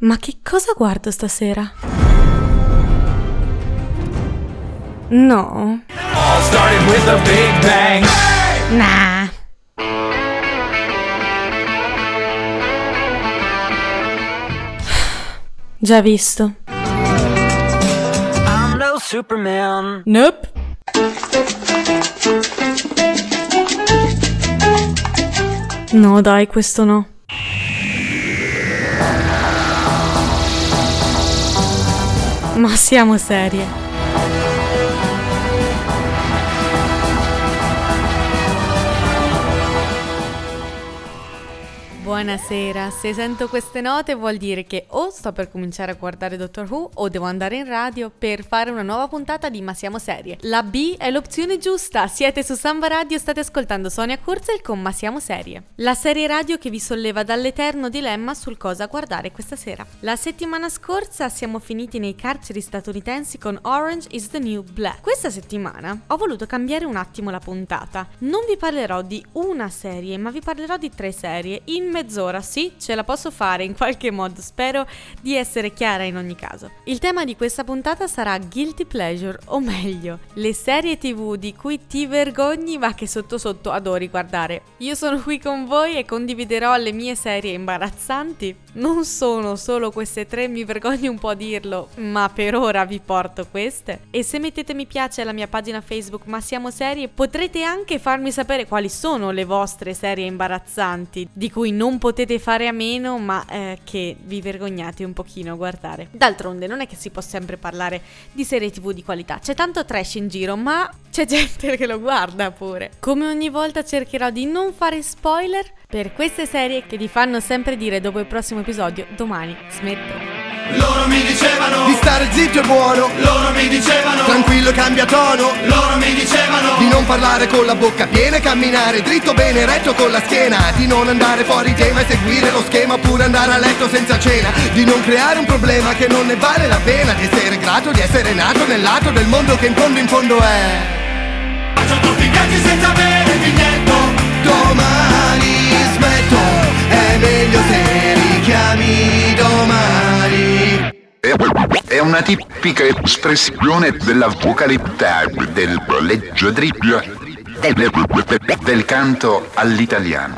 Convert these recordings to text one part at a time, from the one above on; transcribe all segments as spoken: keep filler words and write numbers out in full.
Ma che cosa guardo stasera? No. All started with a big bang. Nah. Già visto. I'm no Superman. Nope. No, dai, questo no. Ma siamo serie. Buonasera, se sento queste note vuol dire che o sto per cominciare a guardare Doctor Who o devo andare in radio per fare una nuova puntata di Ma siamo serie. La B è l'opzione giusta, siete su Samba Radio, state ascoltando Sonia Kurzel con Ma siamo serie. La serie radio che vi solleva dall'eterno dilemma sul cosa guardare questa sera. La settimana scorsa siamo finiti nei carceri statunitensi con Orange is the New Black. Questa settimana ho voluto cambiare un attimo la puntata. Non vi parlerò di una serie, ma vi parlerò di tre serie in mezz'ora, sì, ce la posso fare in qualche modo, spero di essere chiara in ogni caso. Il tema di questa puntata sarà Guilty Pleasure, o meglio, le serie tv di cui ti vergogni ma che sotto sotto adori guardare. Io sono qui con voi e condividerò le mie serie imbarazzanti. Non sono solo queste tre, mi vergogno un po' a dirlo, ma per ora vi porto queste. E se mettete mi piace alla mia pagina Facebook Ma siamo serie, potrete anche farmi sapere quali sono le vostre serie imbarazzanti di cui non non potete fare a meno, ma eh, che vi vergognate un pochino a guardare. D'altronde non è che si può sempre parlare di serie tv di qualità, c'è tanto trash in giro, ma c'è gente che lo guarda pure. Come ogni volta cercherò di non fare spoiler per queste serie che vi fanno sempre dire dopo il prossimo episodio: domani smetto. Loro mi dicevano di stare zitto è buono. Loro mi dicevano tranquillo cambia tono. Loro mi dicevano di non parlare con la bocca piena e camminare dritto bene retto con la schiena. Di non andare fuori tema e seguire lo schema, oppure andare a letto senza cena. Di non creare un problema che non ne vale la pena. Di essere grato di essere nato nel lato del mondo che in fondo in fondo è. Faccio troppi viaggi senza avere il biglietto. Domani smetto, è meglio se richiami domani. È una tipica espressione della vocalità del leggiadribbio del, del canto all'italiano.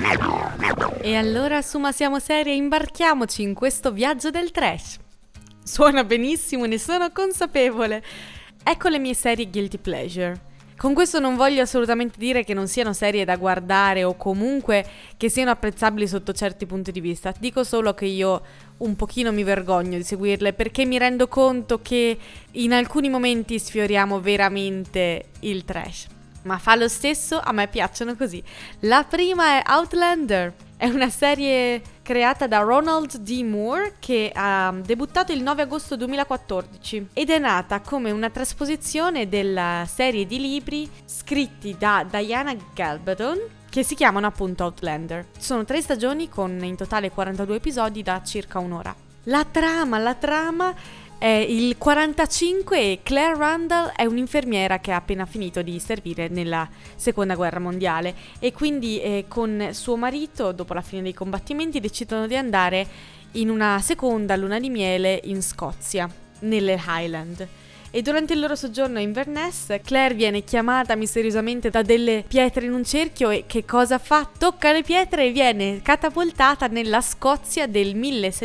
E allora su Ma siamo serie imbarchiamoci in questo viaggio del trash. Suona benissimo, ne sono consapevole. Ecco le mie serie guilty pleasure. Con questo non voglio assolutamente dire che non siano serie da guardare o comunque che siano apprezzabili sotto certi punti di vista. Dico solo che io un pochino mi vergogno di seguirle perché mi rendo conto che in alcuni momenti sfioriamo veramente il trash. Ma fa lo stesso, a me piacciono così. La prima è Outlander. È una serie creata da Ronald D. Moore che ha debuttato il nove agosto duemilaquattordici ed è nata come una trasposizione della serie di libri scritti da Diana Gabaldon che si chiamano appunto Outlander. Sono tre stagioni con in totale quarantadue episodi da circa un'ora. La trama, la trama è il quarantacinque e Claire Randall è un'infermiera che ha appena finito di servire nella seconda guerra mondiale e quindi eh, con suo marito dopo la fine dei combattimenti decidono di andare in una seconda luna di miele in Scozia, nelle Highland. E durante il loro soggiorno a Inverness, Claire viene chiamata misteriosamente da delle pietre in un cerchio e che cosa fa? Tocca le pietre e viene catapultata nella Scozia del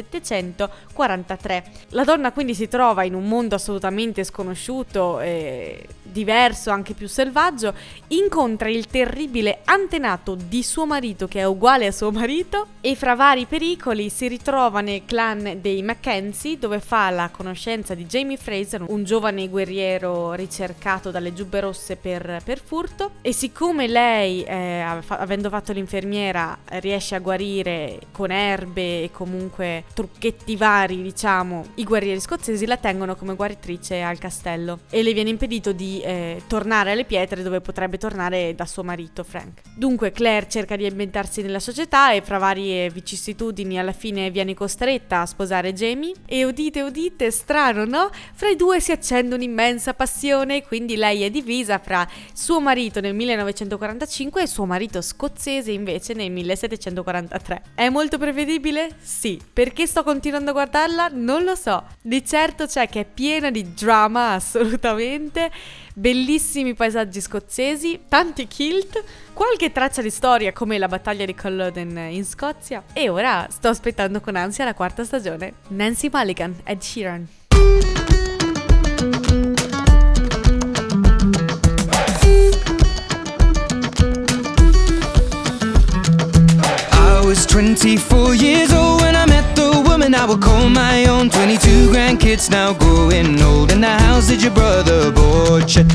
millesettecentoquarantatré. La donna quindi si trova in un mondo assolutamente sconosciuto e diverso, anche più selvaggio, incontra il terribile antenato di suo marito che è uguale a suo marito e fra vari pericoli si ritrova nel clan dei Mackenzie dove fa la conoscenza di Jamie Fraser, un giovane guerriero ricercato dalle giubbe rosse per, per furto e siccome lei eh, avendo fatto l'infermiera riesce a guarire con erbe e comunque trucchetti vari, diciamo, i guerrieri scozzesi la tengono come guaritrice al castello e le viene impedito di Eh, tornare alle pietre dove potrebbe tornare da suo marito Frank. Dunque Claire cerca di ambientarsi nella società e fra varie vicissitudini alla fine viene costretta a sposare Jamie e udite udite, strano no? Fra i due si accende vivendo un'immensa passione, quindi lei è divisa fra suo marito nel millenovecentoquarantacinque e suo marito scozzese invece nel millesettecentoquarantatré. È molto prevedibile? Sì. Perché sto continuando a guardarla? Non lo so. Di certo c'è che è piena di drama, assolutamente, bellissimi paesaggi scozzesi, tanti kilt, qualche traccia di storia come la battaglia di Culloden in Scozia, e ora sto aspettando con ansia la quarta stagione. Nancy Mulligan, Ed Sheeran. I was twenty-four years old when I met the woman I would call my own. Twenty-two grandkids now growing old, in the house that your brother bought you.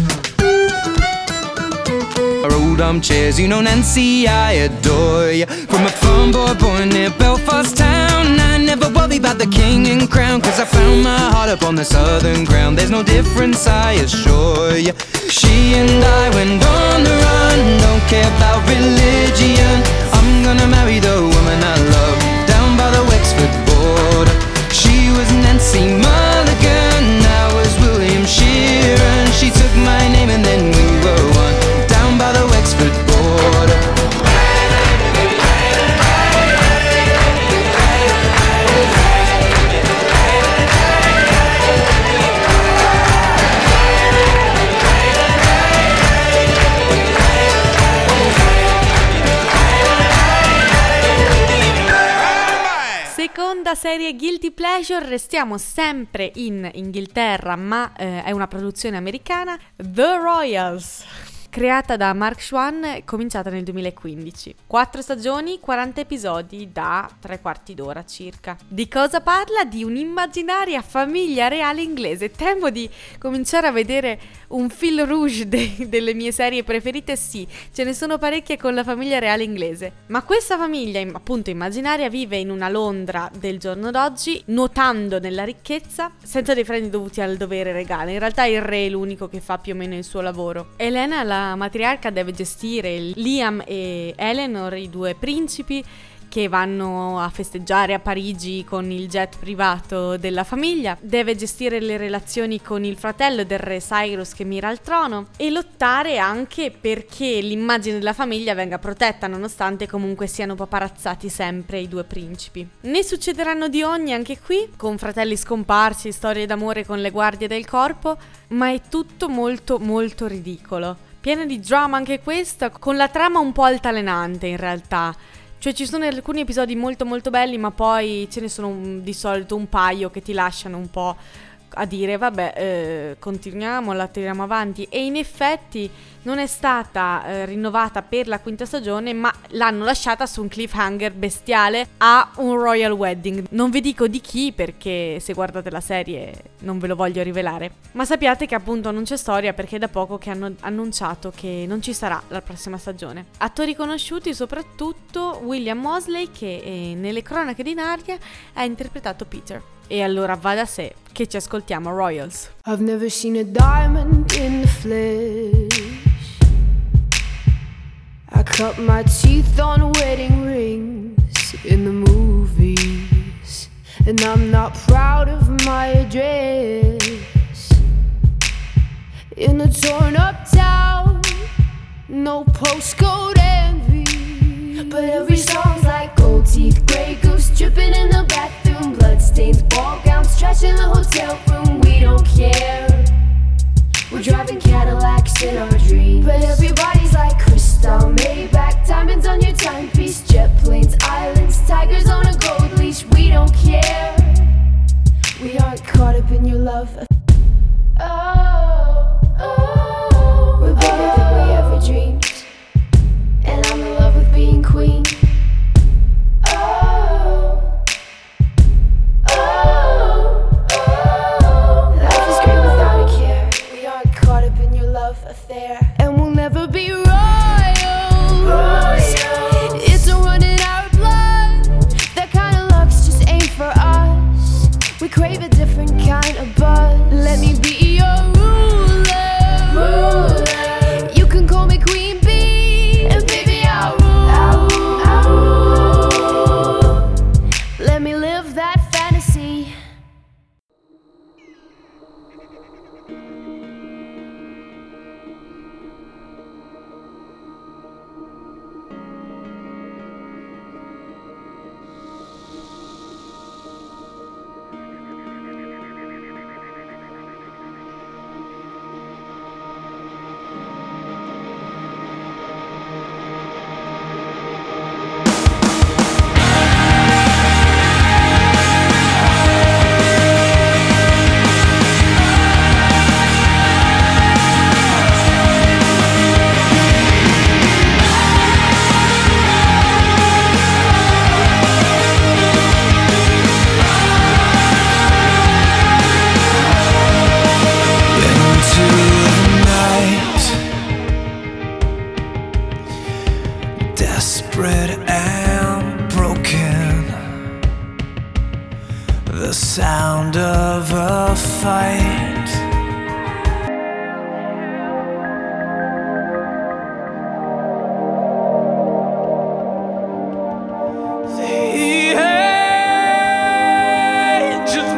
Our old armchairs, you know Nancy, I adore you. From a farm boy born near Belfast town, I never worry about the king and crown, cause I found my heart up on the southern ground. There's no difference, I assure you. She and I went on the run, don't care about religion. I'm gonna marry the woman I love, down by the Wexford border. She was Nancy Mulligan, I was William Sheeran. She took my name and then we were one, down by the Wexford border. Seconda serie Guilty Pleasure, restiamo sempre in Inghilterra, ma eh, è una produzione americana, The Royals, creata da Mark Schwann, cominciata nel duemilaquindici. Quattro stagioni, quaranta episodi da tre quarti d'ora circa. Di cosa parla? Di un'immaginaria famiglia reale inglese. Temo di cominciare a vedere un fil rouge de- delle mie serie preferite. Sì, ce ne sono parecchie con la famiglia reale inglese, ma questa famiglia, appunto immaginaria, vive in una Londra del giorno d'oggi, nuotando nella ricchezza, senza dei freni dovuti al dovere regale. In realtà il re è l'unico che fa più o meno il suo lavoro. Elena, la matriarca, deve gestire Liam e Eleanor, i due principi che vanno a festeggiare a Parigi con il jet privato della famiglia, deve gestire le relazioni con il fratello del re Cyrus che mira al trono e lottare anche perché l'immagine della famiglia venga protetta, nonostante comunque siano paparazzati sempre i due principi. Ne succederanno di ogni anche qui, con fratelli scomparsi, storie d'amore con le guardie del corpo, ma è tutto molto molto ridicolo. Piena di drama anche questa, con la trama un po' altalenante in realtà. Cioè ci sono alcuni episodi molto molto belli, ma poi ce ne sono un, di solito un paio che ti lasciano un po' a dire vabbè, eh, continuiamo, la tiriamo avanti. E in effetti non è stata eh, rinnovata per la quinta stagione, ma l'hanno lasciata su un cliffhanger bestiale a un royal wedding. Non vi dico di chi, perché se guardate la serie non ve lo voglio rivelare, ma sappiate che appunto non c'è storia, perché è da poco che hanno annunciato che non ci sarà la prossima stagione. Attori conosciuti, soprattutto William Moseley, che eh, nelle Cronache di Narnia ha interpretato Peter. E allora va da sé che ci ascoltiamo Royals. I've never seen a diamond in the flesh. I cut my teeth on wedding rings in the movies, and I'm not proud of my address. In a torn up town, no postcode envy, but every song's like gold teeth, grey goose dripping in the bathroom, bloodstains, ball gowns, trash in the hotel room. We don't care, we're driving Cadillacs in our dreams, but everybody's like crystal, Maybach, diamonds on your timepiece, jet planes, islands, tigers on a gold leash. We don't care, we aren't caught up in your love. Oh, oh, we're bigger oh. than we ever dreamed, and I'm in love with being queen. Oh, oh, oh, life is great without a care. We aren't caught up in your love affair, and we'll never be royals. Royals. It's a run in our blood. That kind of luck's just ain't for us. We crave a different kind of buzz. Let me be your ruler. Ruler. You can call me Queen Bee, and baby I'll rule. I'll rule. Let me live that fantasy. sound of a fight. The age of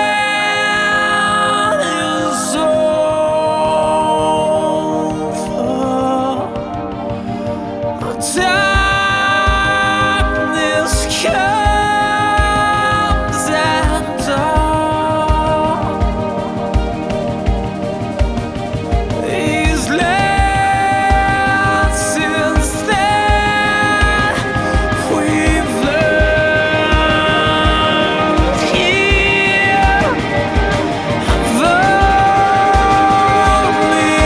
man is over. Darkness comes at dawn. These lessons that we've learned here have only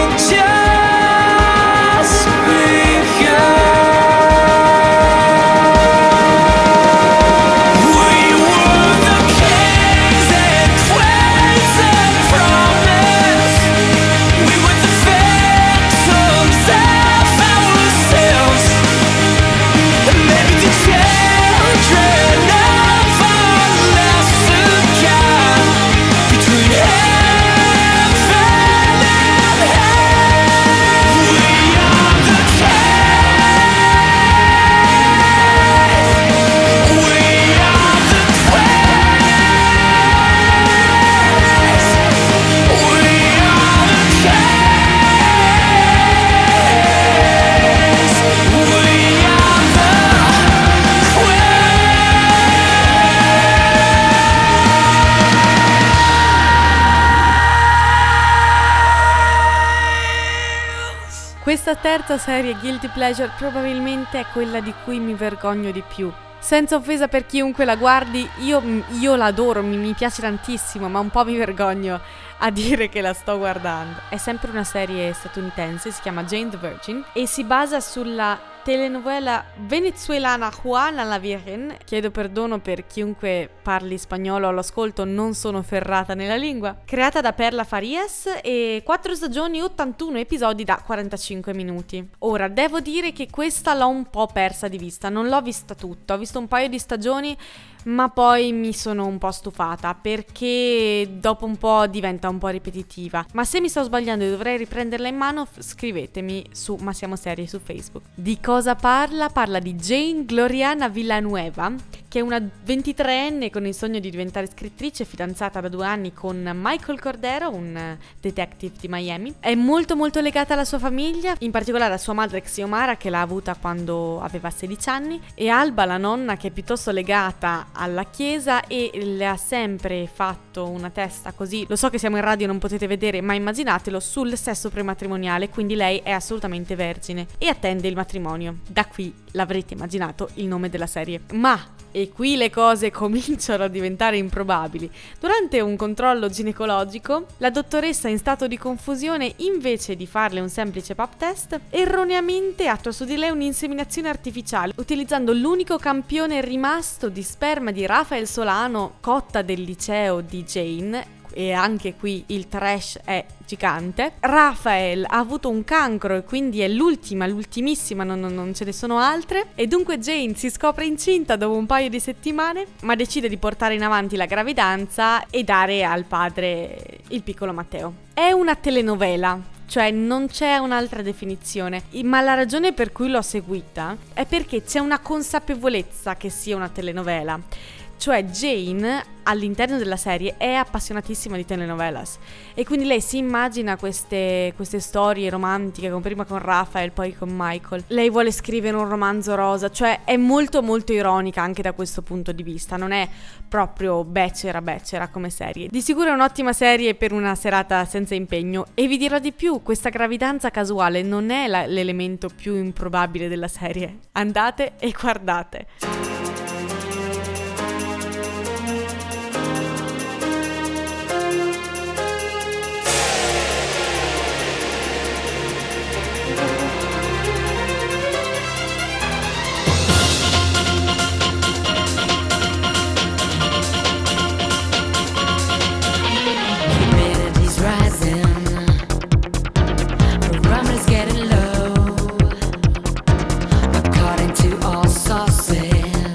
just begun. We were the kings and queens of promise. We were the phantoms of ourselves, and maybe the children of our lesser kind. Between heaven and hell, we are the kings. We are the queens. We are the kings. We are the queens. Questa terza serie Guilty Pleasure probabilmente è quella di cui mi vergogno di più. Senza offesa per chiunque la guardi, io, io la adoro, mi, mi piace tantissimo, ma un po' mi vergogno a dire che la sto guardando. È sempre una serie statunitense, si chiama Jane the Virgin e si basa sulla telenovela venezuelana Juana la Virgen. Chiedo perdono per chiunque parli spagnolo all'ascolto, non sono ferrata nella lingua. Creata da Perla Farias e quattro stagioni, ottantuno episodi da quarantacinque minuti. Ora, devo dire che questa l'ho un po' persa di vista, non l'ho vista tutta, ho visto un paio di stagioni, ma poi mi sono un po' stufata perché dopo un po' diventa un po' ripetitiva. Ma se mi sto sbagliando e dovrei riprenderla in mano, f- scrivetemi su Ma Siamo Serie su Facebook. Di cosa parla? Parla di Jane Gloriana Villanueva, che è una ventitreenne con il sogno di diventare scrittrice, fidanzata da due anni con Michael Cordero, un detective di Miami. È molto molto legata alla sua famiglia, in particolare a sua madre Xiomara, che l'ha avuta quando aveva sedici anni, e Alba, la nonna, che è piuttosto legata alla chiesa e le ha sempre fatto una testa così, lo so che siamo in radio, non potete vedere, ma immaginatelo, sul sesso prematrimoniale, quindi lei è assolutamente vergine e attende il matrimonio. Da qui l'avrete immaginato il nome della serie. Ma e qui le cose cominciano a diventare improbabili. Durante un controllo ginecologico, la dottoressa, in stato di confusione, invece di farle un semplice pap test, erroneamente attua su di lei un'inseminazione artificiale, utilizzando l'unico campione rimasto di sperma di Rafael Solano, cotta del liceo di Jane. E anche qui il trash è gigante. Rafael ha avuto un cancro e quindi è l'ultima, l'ultimissima, non, non, non ce ne sono altre. E dunque Jane si scopre incinta dopo un paio di settimane, ma decide di portare in avanti la gravidanza e dare al padre il piccolo Matteo. È una telenovela, cioè non c'è un'altra definizione, ma la ragione per cui l'ho seguita è perché c'è una consapevolezza che sia una telenovela. Cioè Jane all'interno della serie è appassionatissima di telenovelas e quindi lei si immagina queste, queste storie romantiche, con, prima con Rafael, poi con Michael. Lei vuole scrivere un romanzo rosa, cioè è molto molto ironica anche da questo punto di vista, non è proprio becera becera come serie. Di sicuro è un'ottima serie per una serata senza impegno e vi dirò di più, questa gravidanza casuale non è la, l'elemento più improbabile della serie. Andate e guardate. Getting low, according to all sources.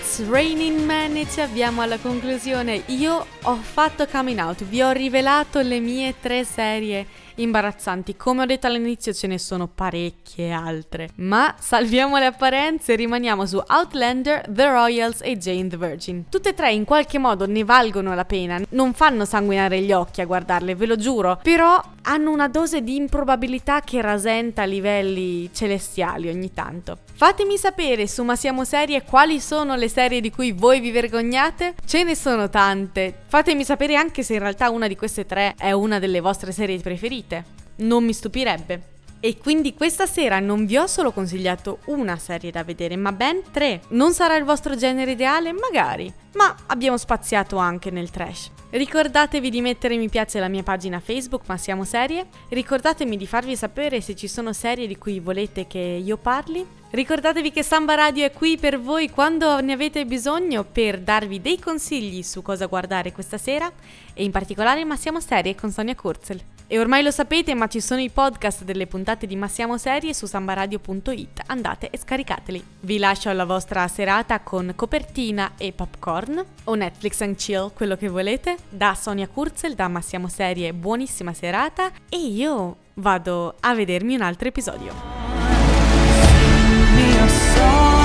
It's Raining Man e ci abbiamo alla conclusione. Io ho fatto coming out, vi ho rivelato le mie tre serie imbarazzanti. Come ho detto all'inizio ce ne sono parecchie altre, ma salviamo le apparenze e rimaniamo su Outlander, The Royals e Jane the Virgin. Tutte e tre in qualche modo ne valgono la pena, non fanno sanguinare gli occhi a guardarle, ve lo giuro, però hanno una dose di improbabilità che rasenta a livelli celestiali ogni tanto. Fatemi sapere su Ma Siamo Serie quali sono le serie di cui voi vi vergognate. Ce ne sono tante. Fatemi sapere anche se in realtà una di queste tre è una delle vostre serie preferite. Non mi stupirebbe. E quindi questa sera non vi ho solo consigliato una serie da vedere, ma ben tre. Non sarà il vostro genere ideale? Magari. Ma abbiamo spaziato anche nel trash. Ricordatevi di mettere mi piace alla mia pagina Facebook Ma Siamo Serie. Ricordatemi di farvi sapere se ci sono serie di cui volete che io parli. Ricordatevi che Samba Radio è qui per voi quando ne avete bisogno, per darvi dei consigli su cosa guardare questa sera, e in particolare Ma Siamo Serie con Sonia Kurzel. E ormai lo sapete, ma ci sono i podcast delle puntate di Ma Siamo Serie su sambaradio punto it, andate e scaricateli. Vi lascio alla vostra serata con copertina e popcorn, o Netflix and chill, quello che volete. Da Sonia Kurzel, da Ma Siamo Serie, buonissima serata, e io vado a vedermi un altro episodio. Song